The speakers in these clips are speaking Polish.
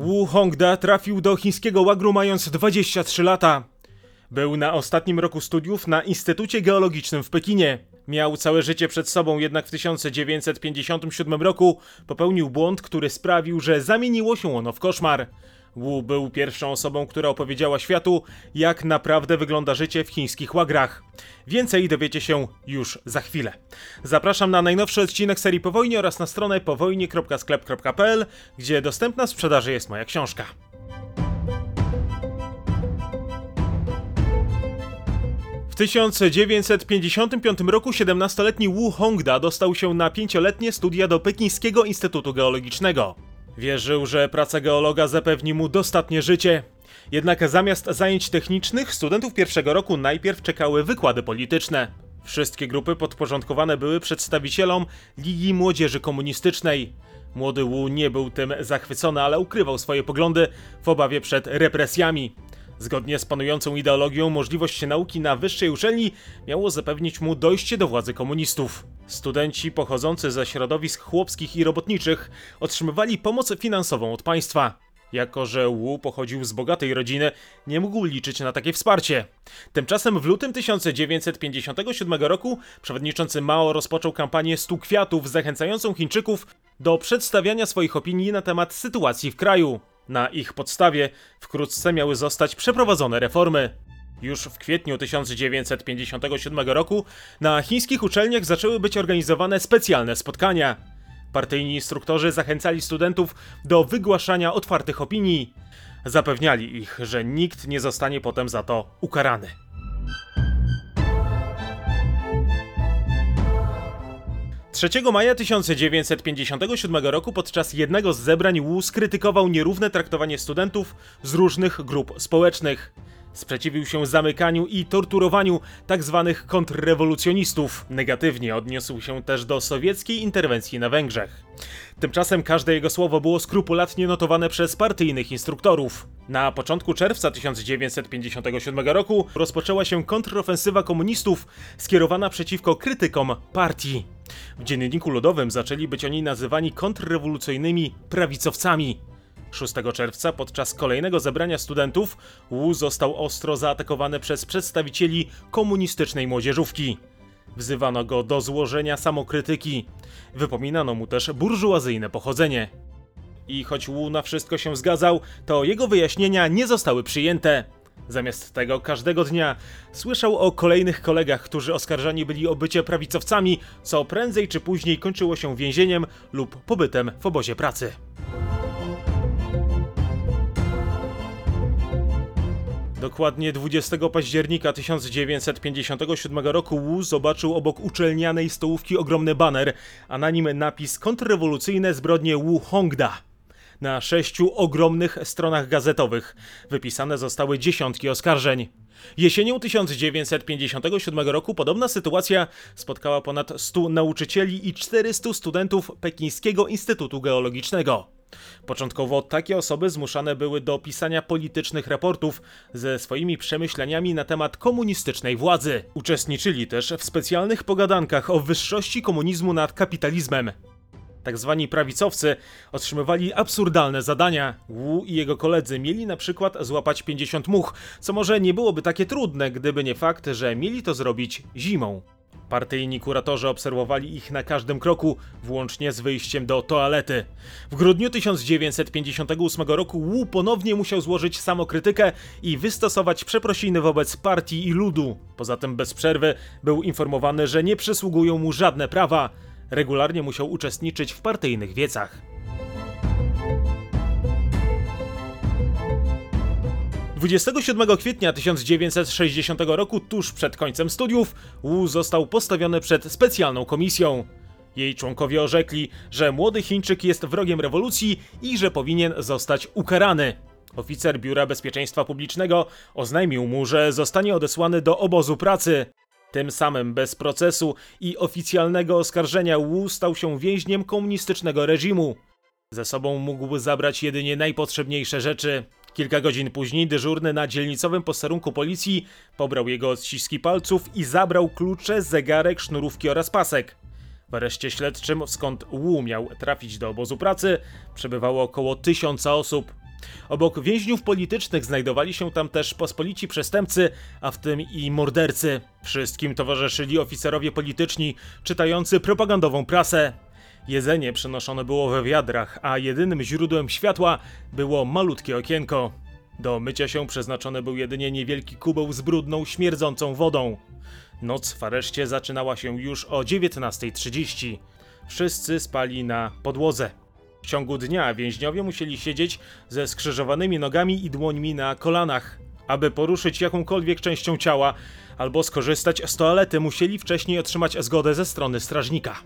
Wu Hongda trafił do chińskiego łagru mając 23 lata. Był na ostatnim roku studiów na Instytucie Geologicznym w Pekinie. Miał całe życie przed sobą, jednak w 1957 roku popełnił błąd, który sprawił, że zamieniło się ono w koszmar. Wu był pierwszą osobą, która opowiedziała światu, jak naprawdę wygląda życie w chińskich łagrach. Więcej dowiecie się już za chwilę. Zapraszam na najnowszy odcinek serii Po wojnie oraz na stronę powojnie.sklep.pl, gdzie dostępna w sprzedaży jest moja książka. W 1955 roku 17-letni Wu Hongda dostał się na 5-letnie studia do Pekińskiego Instytutu Geologicznego. Wierzył, że praca geologa zapewni mu dostatnie życie. Jednak zamiast zajęć technicznych, studentów pierwszego roku najpierw czekały wykłady polityczne. Wszystkie grupy podporządkowane były przedstawicielom Ligi Młodzieży Komunistycznej. Młody Wu nie był tym zachwycony, ale ukrywał swoje poglądy w obawie przed represjami. Zgodnie z panującą ideologią, możliwość nauki na wyższej uczelni miało zapewnić mu dojście do władzy komunistów. Studenci pochodzący ze środowisk chłopskich i robotniczych otrzymywali pomoc finansową od państwa. Jako że Wu pochodził z bogatej rodziny, nie mógł liczyć na takie wsparcie. Tymczasem w lutym 1957 roku przewodniczący Mao rozpoczął kampanię 100 kwiatów zachęcającą Chińczyków do przedstawiania swoich opinii na temat sytuacji w kraju. Na ich podstawie wkrótce miały zostać przeprowadzone reformy. Już w kwietniu 1957 roku na chińskich uczelniach zaczęły być organizowane specjalne spotkania. Partyjni instruktorzy zachęcali studentów do wygłaszania otwartych opinii. Zapewniali ich, że nikt nie zostanie potem za to ukarany. Trzeciego maja 1957 roku podczas jednego z zebrań Wu skrytykował nierówne traktowanie studentów z różnych grup społecznych. Sprzeciwił się zamykaniu i torturowaniu tzw. kontrrewolucjonistów. Negatywnie odniósł się też do sowieckiej interwencji na Węgrzech. Tymczasem każde jego słowo było skrupulatnie notowane przez partyjnych instruktorów. Na początku czerwca 1957 roku rozpoczęła się kontrofensywa komunistów skierowana przeciwko krytykom partii. W Dzienniku Ludowym zaczęli być oni nazywani kontrrewolucyjnymi prawicowcami. 6 czerwca podczas kolejnego zebrania studentów Wu został ostro zaatakowany przez przedstawicieli komunistycznej młodzieżówki. Wzywano go do złożenia samokrytyki. Wypominano mu też burżuazyjne pochodzenie. I choć Wu na wszystko się zgadzał, to jego wyjaśnienia nie zostały przyjęte. Zamiast tego każdego dnia słyszał o kolejnych kolegach, którzy oskarżani byli o bycie prawicowcami, co prędzej czy później kończyło się więzieniem lub pobytem w obozie pracy. Dokładnie 20 października 1957 roku Wu zobaczył obok uczelnianej stołówki ogromny baner, a na nim napis kontrrewolucyjne zbrodnie Wu Hongda. Na 6 ogromnych stronach gazetowych wypisane zostały dziesiątki oskarżeń. Jesienią 1957 roku podobna sytuacja spotkała ponad 100 nauczycieli i 400 studentów Pekińskiego Instytutu Geologicznego. Początkowo takie osoby zmuszane były do pisania politycznych raportów ze swoimi przemyśleniami na temat komunistycznej władzy. Uczestniczyli też w specjalnych pogadankach o wyższości komunizmu nad kapitalizmem. Tak zwani prawicowcy otrzymywali absurdalne zadania. Wu i jego koledzy mieli na przykład złapać 50 much, co może nie byłoby takie trudne, gdyby nie fakt, że mieli to zrobić zimą. Partyjni kuratorzy obserwowali ich na każdym kroku, włącznie z wyjściem do toalety. W grudniu 1958 roku Wu ponownie musiał złożyć samokrytykę i wystosować przeprosiny wobec partii i ludu. Poza tym bez przerwy był informowany, że nie przysługują mu żadne prawa. Regularnie musiał uczestniczyć w partyjnych wiecach. 27 kwietnia 1960 roku, tuż przed końcem studiów, Wu został postawiony przed specjalną komisją. Jej członkowie orzekli, że młody Chińczyk jest wrogiem rewolucji i że powinien zostać ukarany. Oficer Biura Bezpieczeństwa Publicznego oznajmił mu, że zostanie odesłany do obozu pracy. Tym samym bez procesu i oficjalnego oskarżenia Wu stał się więźniem komunistycznego reżimu. Ze sobą mógł zabrać jedynie najpotrzebniejsze rzeczy. Kilka godzin później dyżurny na dzielnicowym posterunku policji pobrał jego odciski palców i zabrał klucze, zegarek, sznurówki oraz pasek. W areszcie śledczym, skąd Wu miał trafić do obozu pracy, przebywało około 1000 osób. Obok więźniów politycznych znajdowali się tam też pospolici przestępcy, a w tym i mordercy. Wszystkim towarzyszyli oficerowie polityczni, czytający propagandową prasę. Jedzenie przenoszone było we wiadrach, a jedynym źródłem światła było malutkie okienko. Do mycia się przeznaczony był jedynie niewielki kubeł z brudną, śmierdzącą wodą. Noc w areszcie zaczynała się już o 19:30. Wszyscy spali na podłodze. W ciągu dnia więźniowie musieli siedzieć ze skrzyżowanymi nogami i dłońmi na kolanach. Aby poruszyć jakąkolwiek częścią ciała albo skorzystać z toalety, musieli wcześniej otrzymać zgodę ze strony strażnika.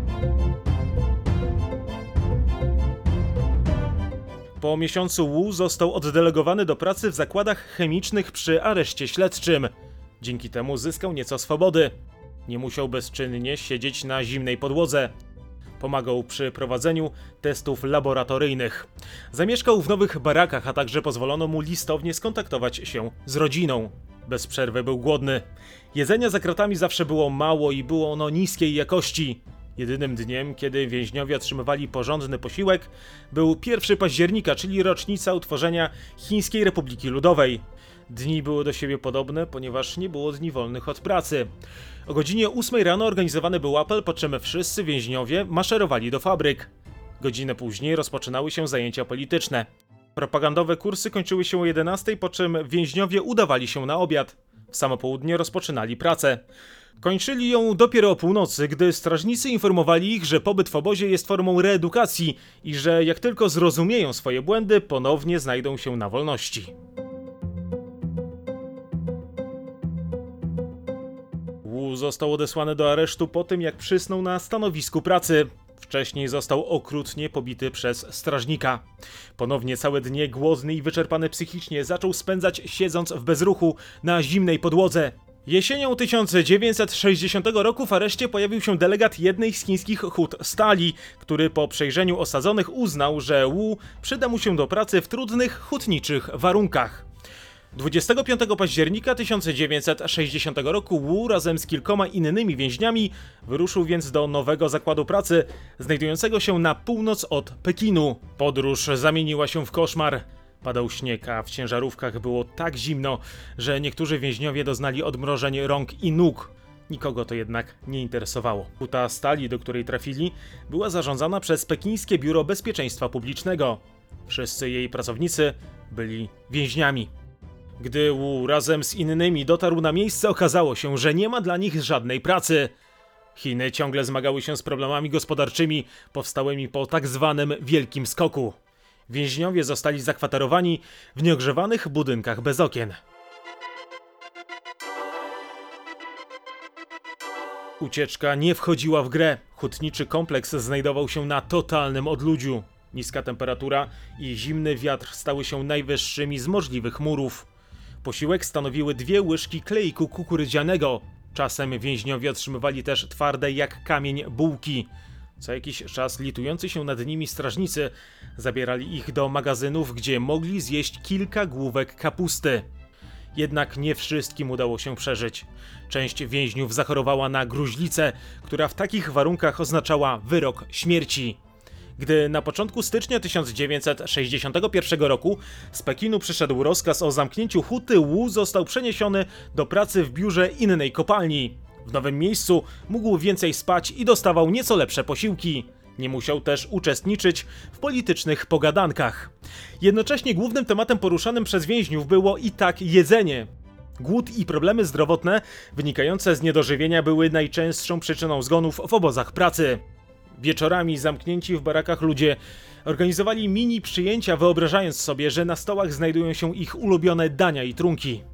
Po miesiącu Wu został oddelegowany do pracy w zakładach chemicznych przy areszcie śledczym. Dzięki temu zyskał nieco swobody. Nie musiał bezczynnie siedzieć na zimnej podłodze. Pomagał przy prowadzeniu testów laboratoryjnych. Zamieszkał w nowych barakach, a także pozwolono mu listownie skontaktować się z rodziną. Bez przerwy był głodny. Jedzenia za kratami zawsze było mało i było ono niskiej jakości. Jedynym dniem, kiedy więźniowie otrzymywali porządny posiłek, był 1 października, czyli rocznica utworzenia Chińskiej Republiki Ludowej. Dni były do siebie podobne, ponieważ nie było dni wolnych od pracy. O godzinie 8 rano organizowany był apel, po czym wszyscy więźniowie maszerowali do fabryk. Godzinę później rozpoczynały się zajęcia polityczne. Propagandowe kursy kończyły się o 11, po czym więźniowie udawali się na obiad. W samo południe rozpoczynali pracę. Kończyli ją dopiero o północy, gdy strażnicy informowali ich, że pobyt w obozie jest formą reedukacji i że jak tylko zrozumieją swoje błędy, ponownie znajdą się na wolności. Wu został odesłany do aresztu po tym, jak przysnął na stanowisku pracy. Wcześniej został okrutnie pobity przez strażnika. Ponownie całe dnie głodny i wyczerpany psychicznie zaczął spędzać siedząc w bezruchu na zimnej podłodze. Jesienią 1960 roku w areszcie pojawił się delegat jednej z chińskich hut stali, który po przejrzeniu osadzonych uznał, że Wu przyda mu się do pracy w trudnych hutniczych warunkach. 25 października 1960 roku Wu razem z kilkoma innymi więźniami wyruszył więc do nowego zakładu pracy, znajdującego się na północ od Pekinu. Podróż zamieniła się w koszmar. Padał śnieg, a w ciężarówkach było tak zimno, że niektórzy więźniowie doznali odmrożeń rąk i nóg. Nikogo to jednak nie interesowało. Huta stali, do której trafili, była zarządzana przez Pekińskie Biuro Bezpieczeństwa Publicznego. Wszyscy jej pracownicy byli więźniami. Gdy Wu razem z innymi dotarł na miejsce, okazało się, że nie ma dla nich żadnej pracy. Chiny ciągle zmagały się z problemami gospodarczymi powstałymi po tak zwanym Wielkim Skoku. Więźniowie zostali zakwaterowani w nieogrzewanych budynkach bez okien. Ucieczka nie wchodziła w grę. Hutniczy kompleks znajdował się na totalnym odludziu. Niska temperatura i zimny wiatr stały się najwyższymi z możliwych murów. Posiłek stanowiły 2 łyżki klejku kukurydzianego. Czasem więźniowie otrzymywali też twarde jak kamień bułki. Co jakiś czas litujący się nad nimi strażnicy zabierali ich do magazynów, gdzie mogli zjeść kilka główek kapusty. Jednak nie wszystkim udało się przeżyć. Część więźniów zachorowała na gruźlicę, która w takich warunkach oznaczała wyrok śmierci. Gdy na początku stycznia 1961 roku z Pekinu przyszedł rozkaz o zamknięciu huty, Wu został przeniesiony do pracy w biurze innej kopalni. W nowym miejscu mógł więcej spać i dostawał nieco lepsze posiłki. Nie musiał też uczestniczyć w politycznych pogadankach. Jednocześnie głównym tematem poruszanym przez więźniów było i tak jedzenie. Głód i problemy zdrowotne wynikające z niedożywienia były najczęstszą przyczyną zgonów w obozach pracy. Wieczorami zamknięci w barakach ludzie organizowali mini przyjęcia, wyobrażając sobie, że na stołach znajdują się ich ulubione dania i trunki.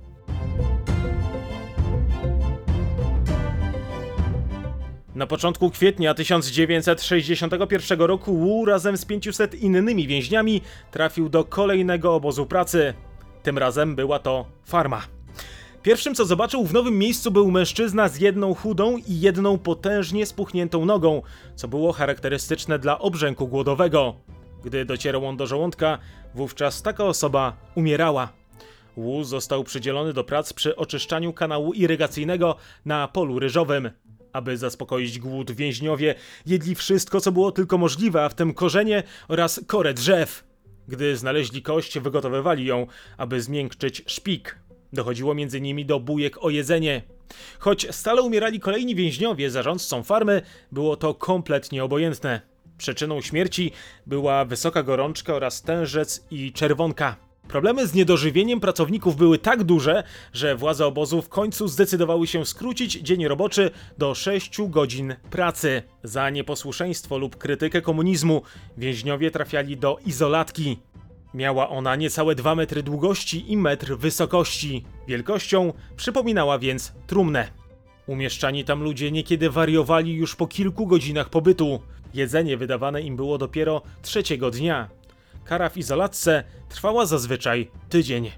Na początku kwietnia 1961 roku Wu razem z 500 innymi więźniami trafił do kolejnego obozu pracy. Tym razem była to farma. Pierwszym co zobaczył w nowym miejscu był mężczyzna z jedną chudą i jedną potężnie spuchniętą nogą, co było charakterystyczne dla obrzęku głodowego. Gdy docierał on do żołądka, wówczas taka osoba umierała. Wu został przydzielony do prac przy oczyszczaniu kanału irygacyjnego na polu ryżowym. Aby zaspokoić głód, więźniowie jedli wszystko, co było tylko możliwe, a w tym korzenie oraz korę drzew. Gdy znaleźli kość, wygotowywali ją, aby zmiękczyć szpik. Dochodziło między nimi do bójek o jedzenie. Choć stale umierali kolejni więźniowie, zarządcom farmy było to kompletnie obojętne. Przyczyną śmierci była wysoka gorączka oraz tężec i czerwonka. Problemy z niedożywieniem pracowników były tak duże, że władze obozu w końcu zdecydowały się skrócić dzień roboczy do 6 godzin pracy. Za nieposłuszeństwo lub krytykę komunizmu więźniowie trafiali do izolatki. Miała ona niecałe 2 metry długości i metr wysokości. Wielkością przypominała więc trumnę. Umieszczani tam ludzie niekiedy wariowali już po kilku godzinach pobytu. Jedzenie wydawane im było dopiero 3. dnia. Kara w izolatce trwała zazwyczaj tydzień.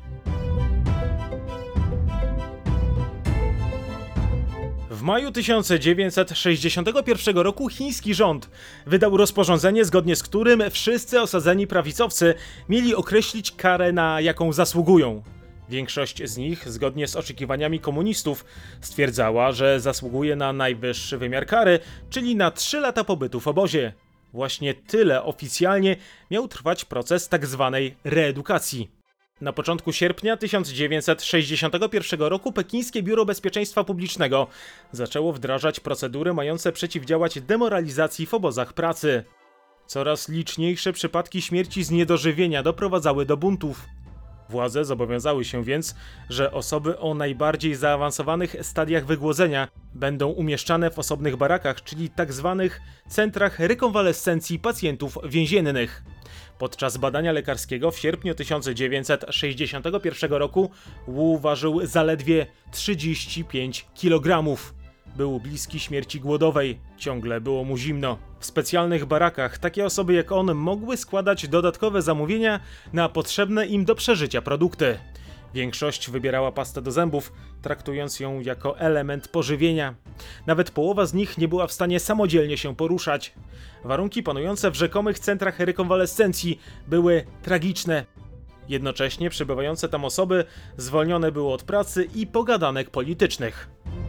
W maju 1961 roku chiński rząd wydał rozporządzenie, zgodnie z którym wszyscy osadzeni prawicowcy mieli określić karę, na jaką zasługują. Większość z nich, zgodnie z oczekiwaniami komunistów, stwierdzała, że zasługuje na najwyższy wymiar kary, czyli na 3 lata pobytu w obozie. Właśnie tyle oficjalnie miał trwać proces tzw. reedukacji. Na początku sierpnia 1961 roku Pekińskie Biuro Bezpieczeństwa Publicznego zaczęło wdrażać procedury mające przeciwdziałać demoralizacji w obozach pracy. Coraz liczniejsze przypadki śmierci z niedożywienia doprowadzały do buntów. Władze zobowiązały się więc, że osoby o najbardziej zaawansowanych stadiach wygłodzenia będą umieszczane w osobnych barakach, czyli tzw. centrach rekonwalescencji pacjentów więziennych. Podczas badania lekarskiego w sierpniu 1961 roku Wu ważył zaledwie 35 kg. Był bliski śmierci głodowej, ciągle było mu zimno. W specjalnych barakach takie osoby jak on mogły składać dodatkowe zamówienia na potrzebne im do przeżycia produkty. Większość wybierała pastę do zębów, traktując ją jako element pożywienia. Nawet połowa z nich nie była w stanie samodzielnie się poruszać. Warunki panujące w rzekomych centrach rekonwalescencji były tragiczne. Jednocześnie przebywające tam osoby zwolnione były od pracy i pogadanek politycznych.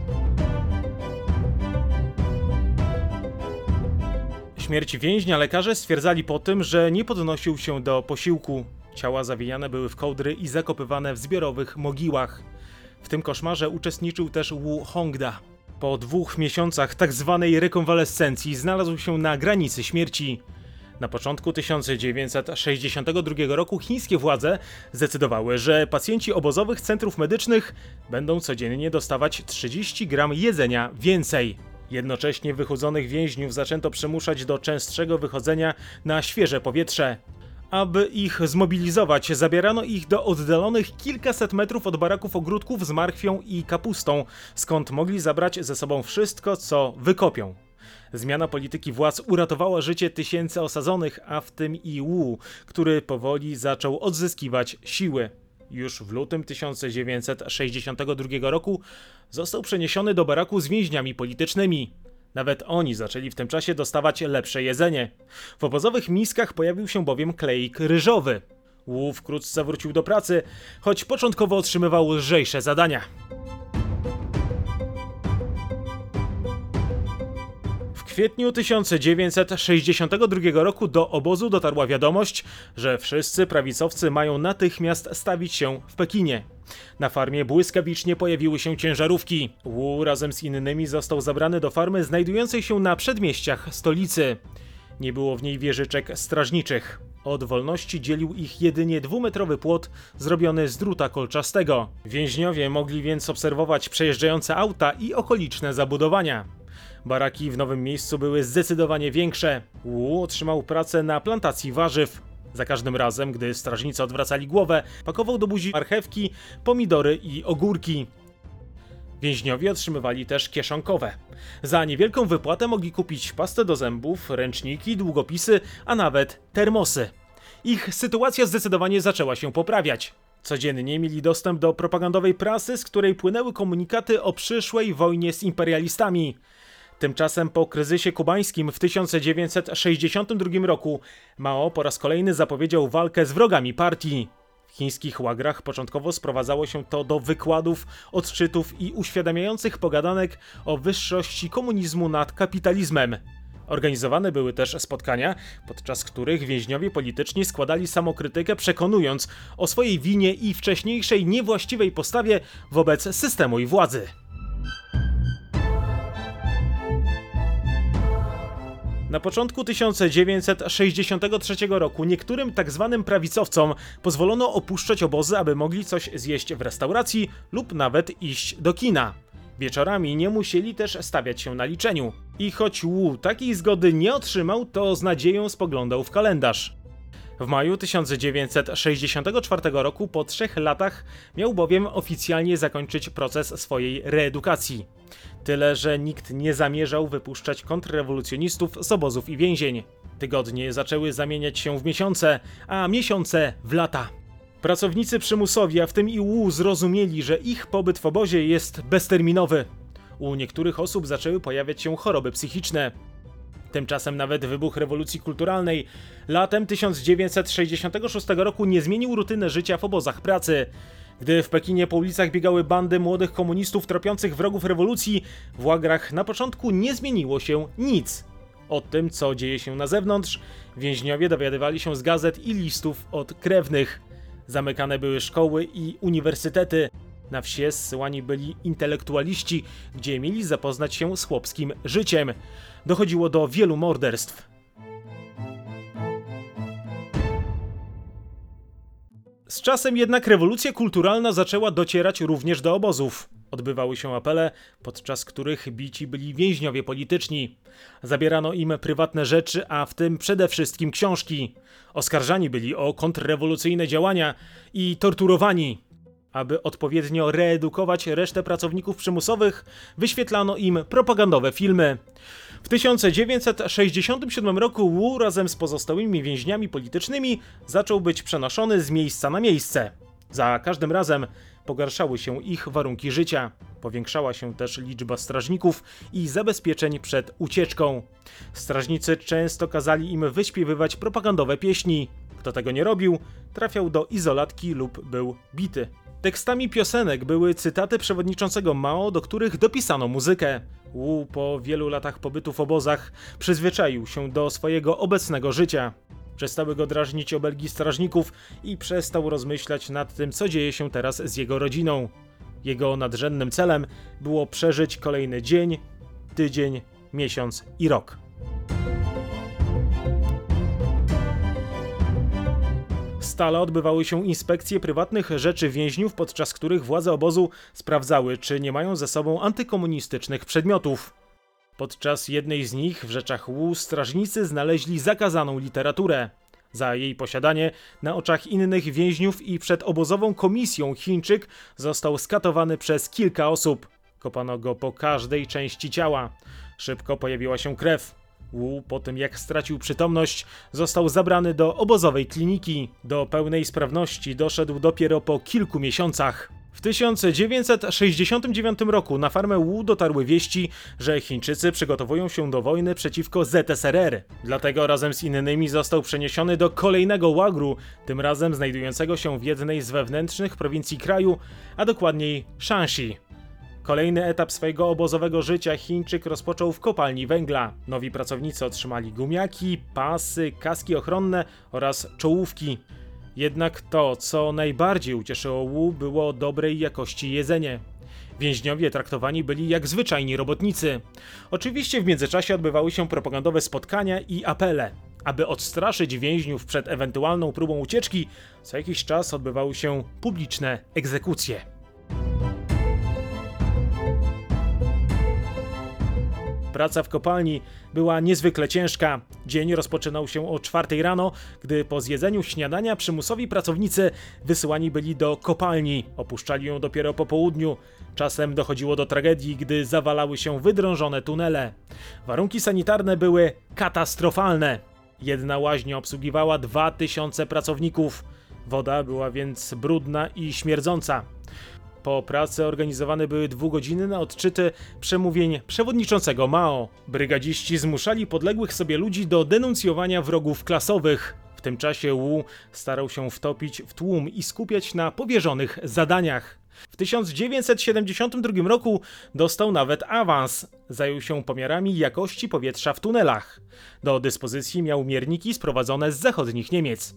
Śmierć więźnia lekarze stwierdzali po tym, że nie podnosił się do posiłku. Ciała zawijane były w kołdry i zakopywane w zbiorowych mogiłach. W tym koszmarze uczestniczył też Wu Hongda. Po 2 miesiącach tzw. rekonwalescencji znalazł się na granicy śmierci. Na początku 1962 roku chińskie władze zdecydowały, że pacjenci obozowych centrów medycznych będą codziennie dostawać 30 gram jedzenia więcej. Jednocześnie wychudzonych więźniów zaczęto przymuszać do częstszego wychodzenia na świeże powietrze. Aby ich zmobilizować, zabierano ich do oddalonych kilkaset metrów od baraków ogródków z marchwią i kapustą, skąd mogli zabrać ze sobą wszystko, co wykopią. Zmiana polityki władz uratowała życie tysięcy osadzonych, a w tym i Wu, który powoli zaczął odzyskiwać siły. Już w lutym 1962 roku został przeniesiony do baraku z więźniami politycznymi. Nawet oni zaczęli w tym czasie dostawać lepsze jedzenie. W obozowych miskach pojawił się bowiem kleik ryżowy. Wu wkrótce wrócił do pracy, choć początkowo otrzymywał lżejsze zadania. W kwietniu 1962 roku do obozu dotarła wiadomość, że wszyscy prawicowcy mają natychmiast stawić się w Pekinie. Na farmie błyskawicznie pojawiły się ciężarówki. Wu razem z innymi został zabrany do farmy znajdującej się na przedmieściach stolicy. Nie było w niej wieżyczek strażniczych. Od wolności dzielił ich jedynie 2-metrowy płot zrobiony z druta kolczastego. Więźniowie mogli więc obserwować przejeżdżające auta i okoliczne zabudowania. Baraki w nowym miejscu były zdecydowanie większe. Wu otrzymał pracę na plantacji warzyw. Za każdym razem, gdy strażnicy odwracali głowę, pakował do buzi marchewki, pomidory i ogórki. Więźniowie otrzymywali też kieszonkowe. Za niewielką wypłatę mogli kupić pastę do zębów, ręczniki, długopisy, a nawet termosy. Ich sytuacja zdecydowanie zaczęła się poprawiać. Codziennie mieli dostęp do propagandowej prasy, z której płynęły komunikaty o przyszłej wojnie z imperialistami. Tymczasem po kryzysie kubańskim w 1962 roku Mao po raz kolejny zapowiedział walkę z wrogami partii. W chińskich łagrach początkowo sprowadzało się to do wykładów, odczytów i uświadamiających pogadanek o wyższości komunizmu nad kapitalizmem. Organizowane były też spotkania, podczas których więźniowie polityczni składali samokrytykę, przekonując o swojej winie i wcześniejszej niewłaściwej postawie wobec systemu i władzy. Na początku 1963 roku niektórym tzw. prawicowcom pozwolono opuszczać obozy, aby mogli coś zjeść w restauracji lub nawet iść do kina. Wieczorami nie musieli też stawiać się na liczeniu. I choć Wu takiej zgody nie otrzymał, to z nadzieją spoglądał w kalendarz. W maju 1964 roku, po 3 latach, miał bowiem oficjalnie zakończyć proces swojej reedukacji. Tyle, że nikt nie zamierzał wypuszczać kontrrewolucjonistów z obozów i więzień. Tygodnie zaczęły zamieniać się w miesiące, a miesiące w lata. Pracownicy przymusowi, a w tym i Wu, zrozumieli, że ich pobyt w obozie jest bezterminowy. U niektórych osób zaczęły pojawiać się choroby psychiczne. Tymczasem nawet wybuch rewolucji kulturalnej latem 1966 roku nie zmienił rutyny życia w obozach pracy. Gdy w Pekinie po ulicach biegały bandy młodych komunistów tropiących wrogów rewolucji, w łagrach na początku nie zmieniło się nic. O tym, co dzieje się na zewnątrz, więźniowie dowiadywali się z gazet i listów od krewnych. Zamykane były szkoły i uniwersytety. Na wsie zsyłani byli intelektualiści, gdzie mieli zapoznać się z chłopskim życiem. Dochodziło do wielu morderstw. Z czasem jednak rewolucja kulturalna zaczęła docierać również do obozów. Odbywały się apele, podczas których bici byli więźniowie polityczni. Zabierano im prywatne rzeczy, a w tym przede wszystkim książki. Oskarżani byli o kontrrewolucyjne działania i torturowani. Aby odpowiednio reedukować resztę pracowników przymusowych, wyświetlano im propagandowe filmy. W 1967 roku Wu razem z pozostałymi więźniami politycznymi zaczął być przenoszony z miejsca na miejsce. Za każdym razem pogarszały się ich warunki życia. Powiększała się też liczba strażników i zabezpieczeń przed ucieczką. Strażnicy często kazali im wyśpiewywać propagandowe pieśni. Kto tego nie robił, trafiał do izolatki lub był bity. Tekstami piosenek były cytaty przewodniczącego Mao, do których dopisano muzykę. Wu po wielu latach pobytu w obozach przyzwyczaił się do swojego obecnego życia. Przestały go drażnić obelgi strażników i przestał rozmyślać nad tym, co dzieje się teraz z jego rodziną. Jego nadrzędnym celem było przeżyć kolejny dzień, tydzień, miesiąc i rok. Stale odbywały się inspekcje prywatnych rzeczy więźniów, podczas których władze obozu sprawdzały, czy nie mają ze sobą antykomunistycznych przedmiotów. Podczas jednej z nich w rzeczach Wu strażnicy znaleźli zakazaną literaturę. Za jej posiadanie na oczach innych więźniów i przed obozową komisją Chińczyk został skatowany przez kilka osób. Kopano go po każdej części ciała. Szybko pojawiła się krew. Wu, po tym jak stracił przytomność, został zabrany do obozowej kliniki. Do pełnej sprawności doszedł dopiero po kilku miesiącach. W 1969 roku na farmę Wu dotarły wieści, że Chińczycy przygotowują się do wojny przeciwko ZSRR. Dlatego razem z innymi został przeniesiony do kolejnego łagru, tym razem znajdującego się w jednej z wewnętrznych prowincji kraju, a dokładniej Shanxi. Kolejny etap swojego obozowego życia Chińczyk rozpoczął w kopalni węgla. Nowi pracownicy otrzymali gumiaki, pasy, kaski ochronne oraz czołówki. Jednak to, co najbardziej ucieszyło Wu, było dobrej jakości jedzenie. Więźniowie traktowani byli jak zwyczajni robotnicy. Oczywiście w międzyczasie odbywały się propagandowe spotkania i apele. Aby odstraszyć więźniów przed ewentualną próbą ucieczki, co jakiś czas odbywały się publiczne egzekucje. Praca w kopalni była niezwykle ciężka. Dzień rozpoczynał się o 4 rano, gdy po zjedzeniu śniadania przymusowi pracownicy wysyłani byli do kopalni. Opuszczali ją dopiero po południu. Czasem dochodziło do tragedii, gdy zawalały się wydrążone tunele. Warunki sanitarne były katastrofalne. Jedna łaźnia obsługiwała 2000 pracowników. Woda była więc brudna i śmierdząca. Po pracy organizowane były 2-godzinne odczyty przemówień przewodniczącego Mao. Brygadziści zmuszali podległych sobie ludzi do denuncjowania wrogów klasowych. W tym czasie Wu starał się wtopić w tłum i skupiać na powierzonych zadaniach. W 1972 roku dostał nawet awans. Zajął się pomiarami jakości powietrza w tunelach. Do dyspozycji miał mierniki sprowadzone z zachodnich Niemiec.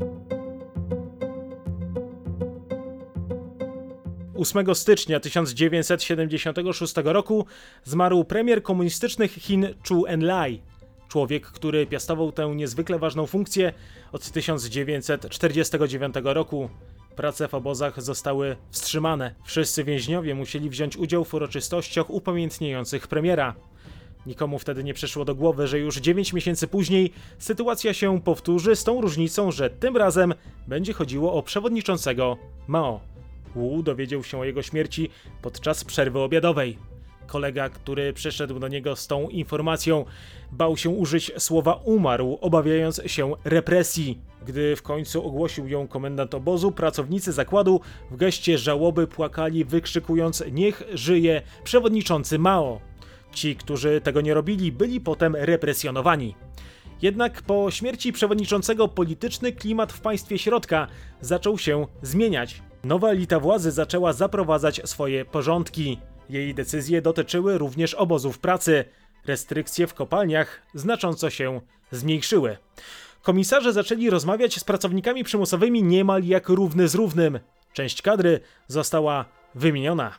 8 stycznia 1976 roku zmarł premier komunistycznych Chin Zhou Enlai. Człowiek, który piastował tę niezwykle ważną funkcję od 1949 roku. Prace w obozach zostały wstrzymane. Wszyscy więźniowie musieli wziąć udział w uroczystościach upamiętniających premiera. Nikomu wtedy nie przyszło do głowy, że już 9 miesięcy później sytuacja się powtórzy z tą różnicą, że tym razem będzie chodziło o przewodniczącego Mao. Wu dowiedział się o jego śmierci podczas przerwy obiadowej. Kolega, który przyszedł do niego z tą informacją, bał się użyć słowa umarł, obawiając się represji. Gdy w końcu ogłosił ją komendant obozu, pracownicy zakładu w geście żałoby płakali, wykrzykując: niech żyje przewodniczący Mao. Ci, którzy tego nie robili, byli potem represjonowani. Jednak po śmierci przewodniczącego polityczny klimat w państwie środka zaczął się zmieniać. Nowa elita władzy zaczęła zaprowadzać swoje porządki. Jej decyzje dotyczyły również obozów pracy. Restrykcje w kopalniach znacząco się zmniejszyły. Komisarze zaczęli rozmawiać z pracownikami przymusowymi niemal jak równy z równym. Część kadry została wymieniona.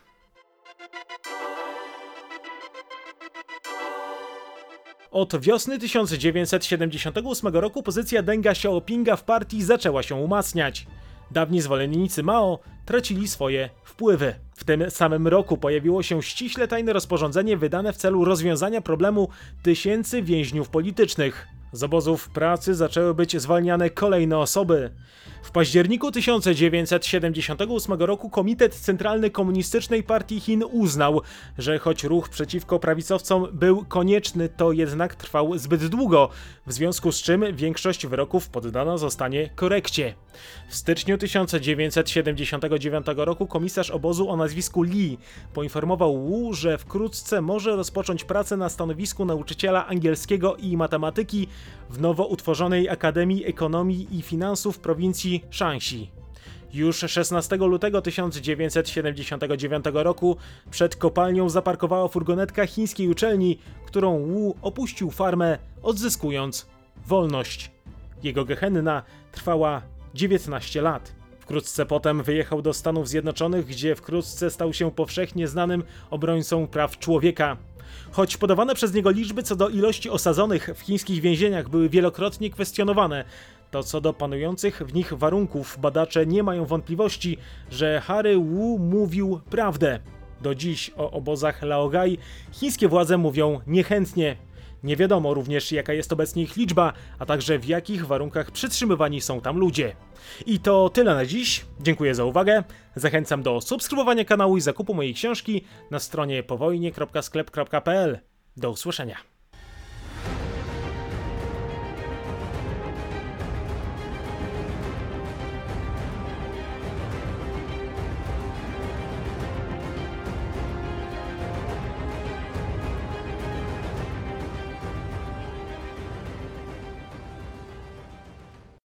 Od wiosny 1978 roku pozycja Denga Xiaopinga w partii zaczęła się umacniać. Dawni zwolennicy Mao tracili swoje wpływy. W tym samym roku pojawiło się ściśle tajne rozporządzenie wydane w celu rozwiązania problemu tysięcy więźniów politycznych. Z obozów pracy zaczęły być zwalniane kolejne osoby. W październiku 1978 roku Komitet Centralny Komunistycznej Partii Chin uznał, że choć ruch przeciwko prawicowcom był konieczny, to jednak trwał zbyt długo, w związku z czym większość wyroków poddana zostanie korekcie. W styczniu 1979 roku komisarz obozu o nazwisku Lee poinformował Wu, że wkrótce może rozpocząć pracę na stanowisku nauczyciela angielskiego i matematyki w nowo utworzonej Akademii Ekonomii i Finansów w prowincji Shanxi. Już 16 lutego 1979 roku przed kopalnią zaparkowała furgonetka chińskiej uczelni, którą Wu opuścił farmę, odzyskując wolność. Jego gehenna trwała 19 lat. Wkrótce potem wyjechał do Stanów Zjednoczonych, gdzie wkrótce stał się powszechnie znanym obrońcą praw człowieka. Choć podawane przez niego liczby co do ilości osadzonych w chińskich więzieniach były wielokrotnie kwestionowane, to co do panujących w nich warunków badacze nie mają wątpliwości, że Harry Wu mówił prawdę. Do dziś o obozach Laogai chińskie władze mówią niechętnie. Nie wiadomo również, jaka jest obecnie ich liczba, a także w jakich warunkach przytrzymywani są tam ludzie. I to tyle na dziś. Dziękuję za uwagę. Zachęcam do subskrybowania kanału i zakupu mojej książki na stronie powojnie.sklep.pl. Do usłyszenia.